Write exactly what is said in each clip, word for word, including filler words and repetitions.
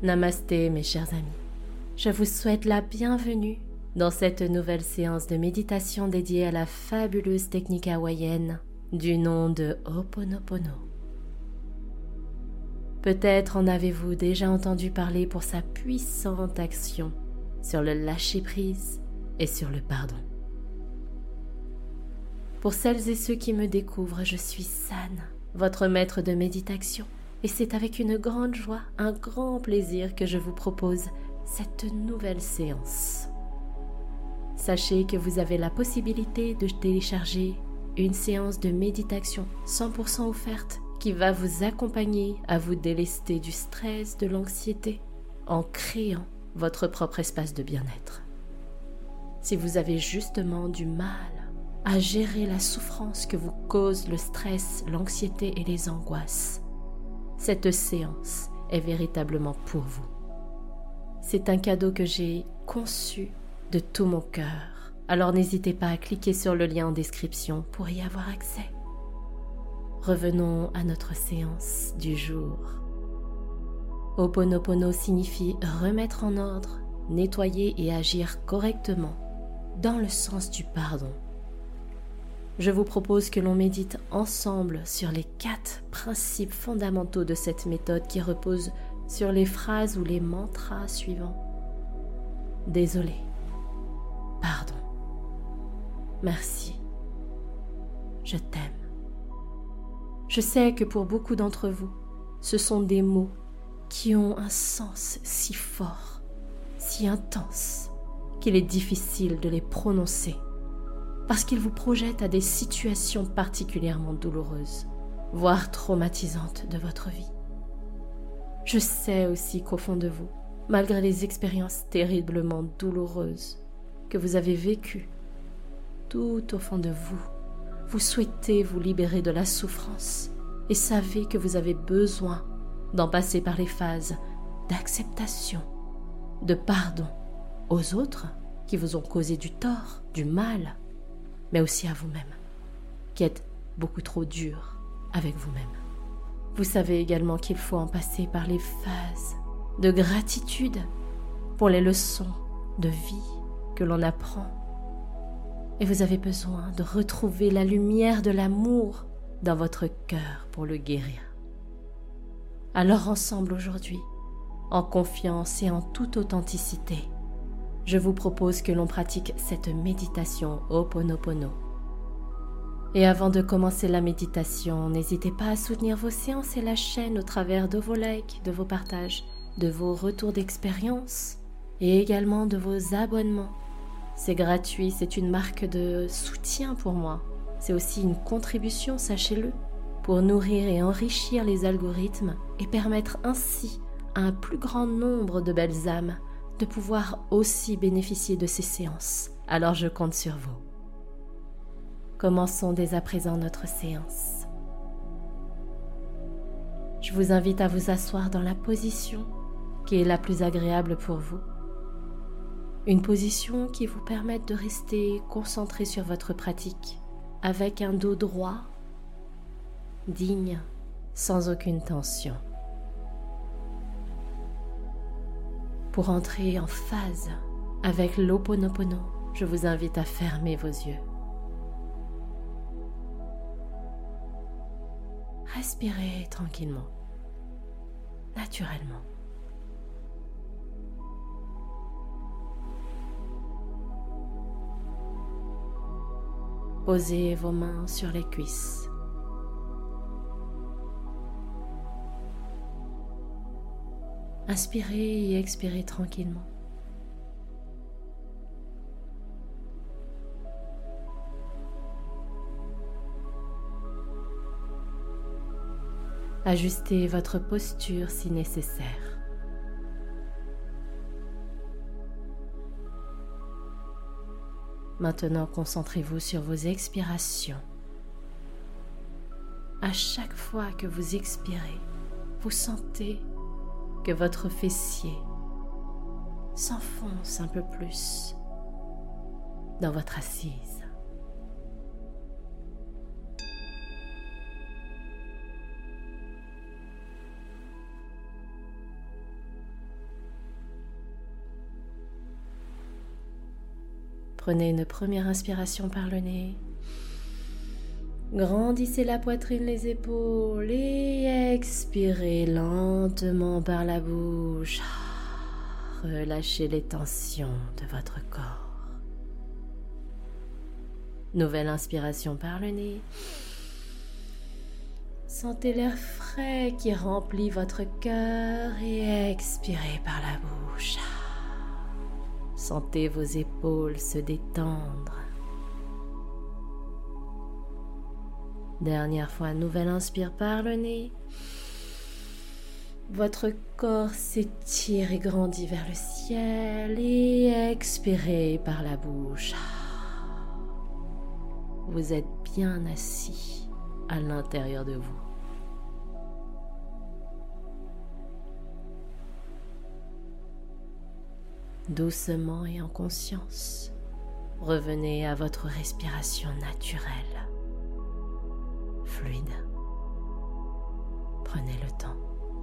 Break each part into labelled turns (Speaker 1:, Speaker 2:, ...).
Speaker 1: Namasté mes chers amis, je vous souhaite la bienvenue dans cette nouvelle séance de méditation dédiée à la fabuleuse technique hawaïenne du nom de Ho'oponopono. Peut-être en avez-vous déjà entendu parler pour sa puissante action sur le lâcher-prise et sur le pardon. Pour celles et ceux qui me découvrent, je suis San, votre maître de méditation. Et c'est avec une grande joie, un grand plaisir que je vous propose cette nouvelle séance. Sachez que vous avez la possibilité de télécharger une séance de méditation cent pour cent offerte qui va vous accompagner à vous délester du stress, de l'anxiété, en créant votre propre espace de bien-être. Si vous avez justement du mal à gérer la souffrance que vous cause le stress, l'anxiété et les angoisses, cette séance est véritablement pour vous. C'est un cadeau que j'ai conçu de tout mon cœur. Alors n'hésitez pas à cliquer sur le lien en description pour y avoir accès. Revenons à notre séance du jour. Ho'oponopono signifie remettre en ordre, nettoyer et agir correctement dans le sens du pardon. Je vous propose que l'on médite ensemble sur les quatre principes fondamentaux de cette méthode qui repose sur les phrases ou les mantras suivants. Désolé, pardon, merci, je t'aime. Je sais que pour beaucoup d'entre vous, ce sont des mots qui ont un sens si fort, si intense, qu'il est difficile de les prononcer. Parce qu'ils vous projettent à des situations particulièrement douloureuses, voire traumatisantes de votre vie. Je sais aussi qu'au fond de vous, malgré les expériences terriblement douloureuses que vous avez vécues, tout au fond de vous, vous souhaitez vous libérer de la souffrance et savez que vous avez besoin d'en passer par les phases d'acceptation, de pardon aux autres qui vous ont causé du tort, du mal, mais aussi à vous-même, qui êtes beaucoup trop dur avec vous-même. Vous savez également qu'il faut en passer par les phases de gratitude pour les leçons de vie que l'on apprend. Et vous avez besoin de retrouver la lumière de l'amour dans votre cœur pour le guérir. Alors ensemble aujourd'hui, en confiance et en toute authenticité, je vous propose que l'on pratique cette méditation Ho'oponopono. Et avant de commencer la méditation, n'hésitez pas à soutenir vos séances et la chaîne au travers de vos likes, de vos partages, de vos retours d'expérience et également de vos abonnements. C'est gratuit, c'est une marque de soutien pour moi. C'est aussi une contribution, sachez-le, pour nourrir et enrichir les algorithmes et permettre ainsi à un plus grand nombre de belles âmes de pouvoir aussi bénéficier de ces séances. Alors je compte sur vous. Commençons dès à présent notre séance. Je vous invite à vous asseoir dans la position qui est la plus agréable pour vous. Une position qui vous permette de rester concentré sur votre pratique avec un dos droit, digne, sans aucune tension. Pour entrer en phase avec l'Ho'oponopono, je vous invite à fermer vos yeux. Respirez tranquillement, naturellement. Posez vos mains sur les cuisses. Inspirez et expirez tranquillement. Ajustez votre posture si nécessaire. Maintenant, concentrez-vous sur vos expirations. À chaque fois que vous expirez, vous sentez que votre fessier s'enfonce un peu plus dans votre assise. Prenez une première inspiration par le nez. Grandissez la poitrine, les épaules et expirez lentement par la bouche. Relâchez les tensions de votre corps. Nouvelle inspiration par le nez. Sentez l'air frais qui remplit votre cœur et expirez par la bouche. Sentez vos épaules se détendre. Dernière fois, nouvelle inspire par le nez. Votre corps s'étire et grandit vers le ciel et expirez par la bouche. Vous êtes bien assis à l'intérieur de vous. Doucement et en conscience, revenez à votre respiration naturelle. Fluide. Prenez le temps.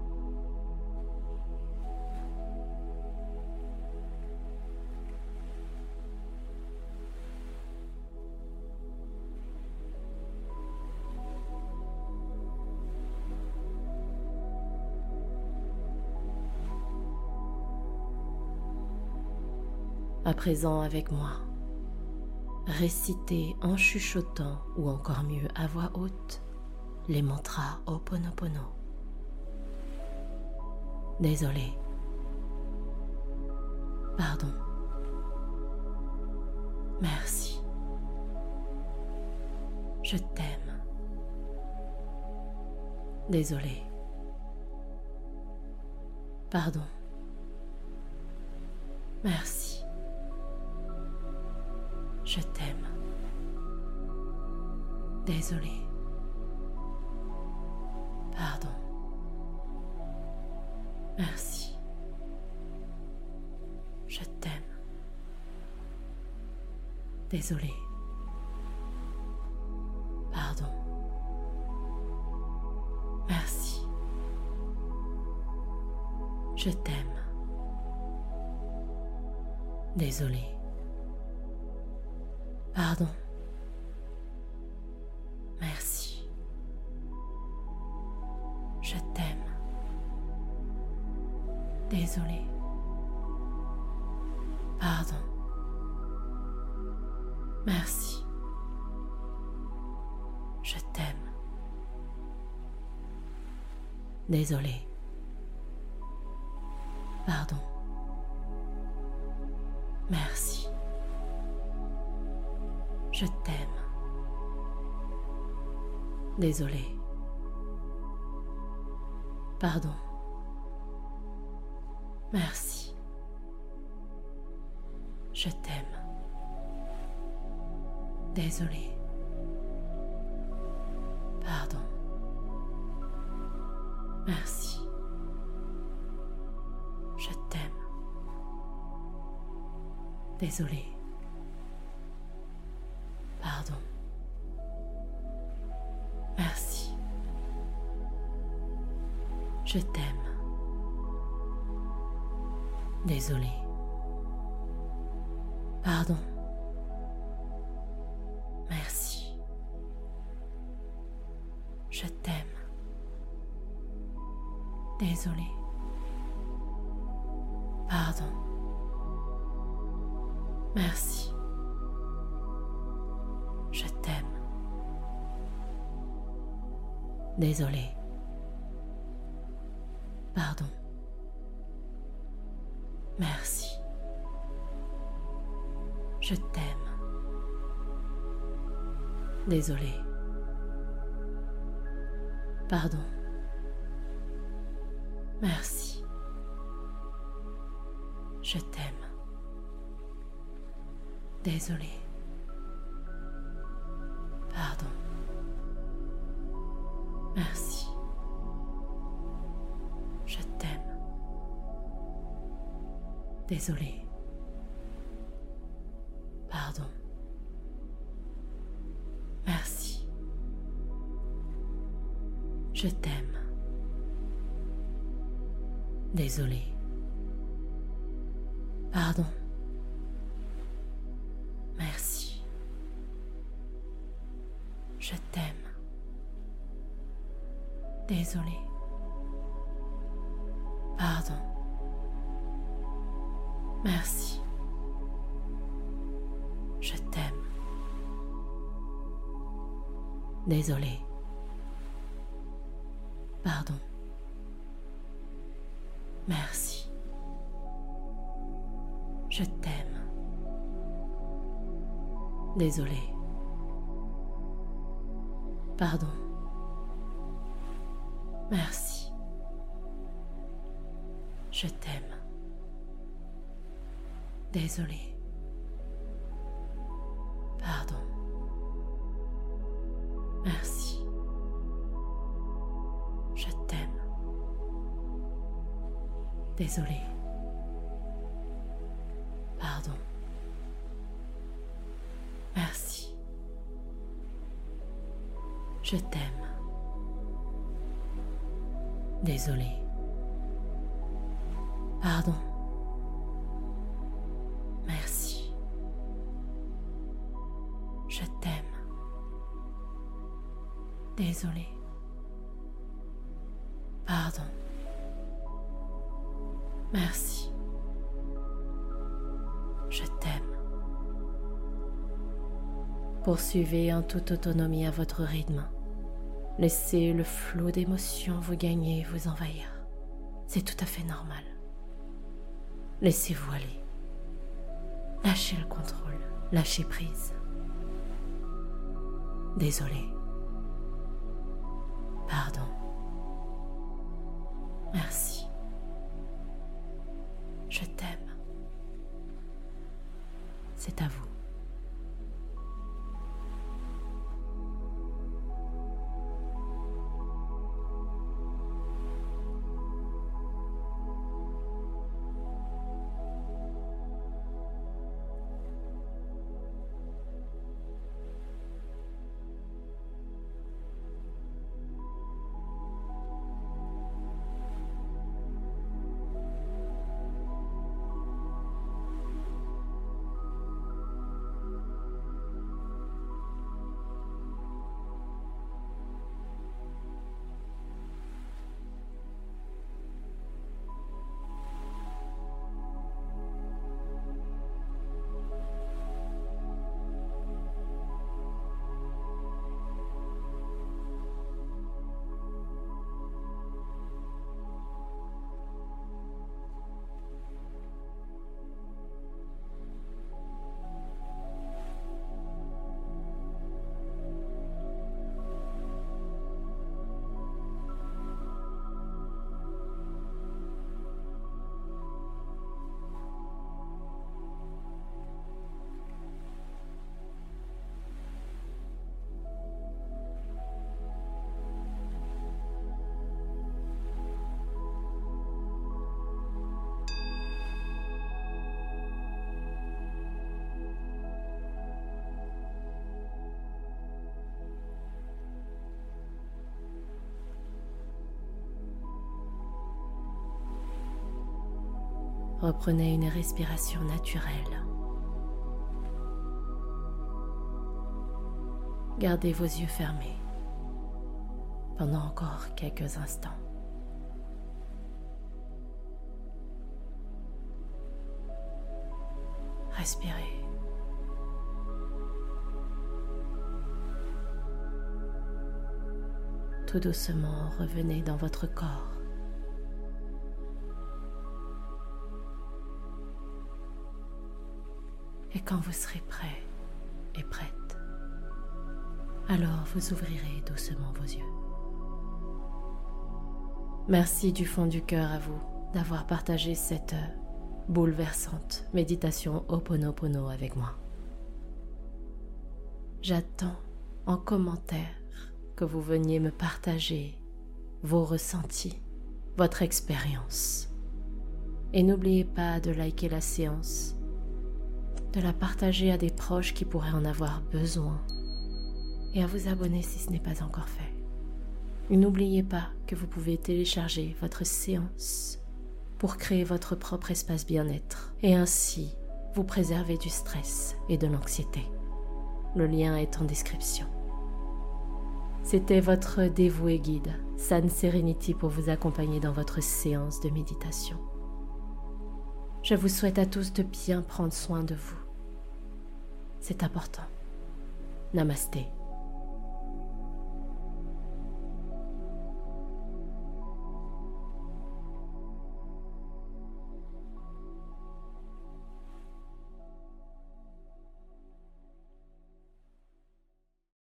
Speaker 1: À présent avec moi, récitez en chuchotant ou encore mieux à voix haute les mantras Ho'oponopono. Désolé. Pardon. Merci. Je t'aime. Désolé. Pardon. Merci. Je t'aime. Désolé. Pardon. Merci. Je t'aime. Désolé. Pardon. Merci. Je t'aime. Désolé. Pardon. Merci. Je t'aime. Désolé. Pardon. Merci. Je t'aime. Désolé. Pardon. Merci. Je t'aime. Désolé. Pardon. Merci. Je t'aime. Désolé. Pardon. Merci. Je t'aime. Désolé. Pardon. Merci. Je t'aime. Désolé. Pardon. Merci. Je t'aime. Désolé. Pardon. Merci. Je t'aime. Désolé. Pardon. Merci. Je t'aime. Désolé. Pardon. Merci. Je t'aime. Désolé. Pardon. Merci. Je t'aime. Désolé. Pardon. Merci. Je t'aime. Désolé. Pardon. Je t'aime. Désolé. Pardon. Merci. Je t'aime. Désolé. Pardon. Merci. Je t'aime. Désolé. Pardon. Merci. Je t'aime. Désolé. Pardon. Merci. Je t'aime. Désolé. Pardon. Merci. Je t'aime. Désolé. Pardon. Merci. Je t'aime. Désolé. Pardon. Merci. Je t'aime. Poursuivez en toute autonomie à votre rythme. Laissez le flot d'émotions vous gagner et vous envahir. C'est tout à fait normal. Laissez-vous aller. Lâchez le contrôle. Lâchez prise. Désolé. Pardon. Merci. Je t'aime. C'est à vous. Reprenez une respiration naturelle. Gardez vos yeux fermés pendant encore quelques instants. Respirez. Tout doucement, revenez dans votre corps. Et quand vous serez prêt et prête, alors vous ouvrirez doucement vos yeux. Merci du fond du cœur à vous d'avoir partagé cette bouleversante méditation Ho'oponopono avec moi. J'attends en commentaire que vous veniez me partager vos ressentis, votre expérience. Et n'oubliez pas de liker la séance, de la partager à des proches qui pourraient en avoir besoin et à vous abonner si ce n'est pas encore fait. Et n'oubliez pas que vous pouvez télécharger votre séance pour créer votre propre espace bien-être et ainsi vous préserver du stress et de l'anxiété. Le lien est en description. C'était votre dévoué guide, San Serenity, pour vous accompagner dans votre séance de méditation. Je vous souhaite à tous de bien prendre soin de vous. C'est important. Namasté.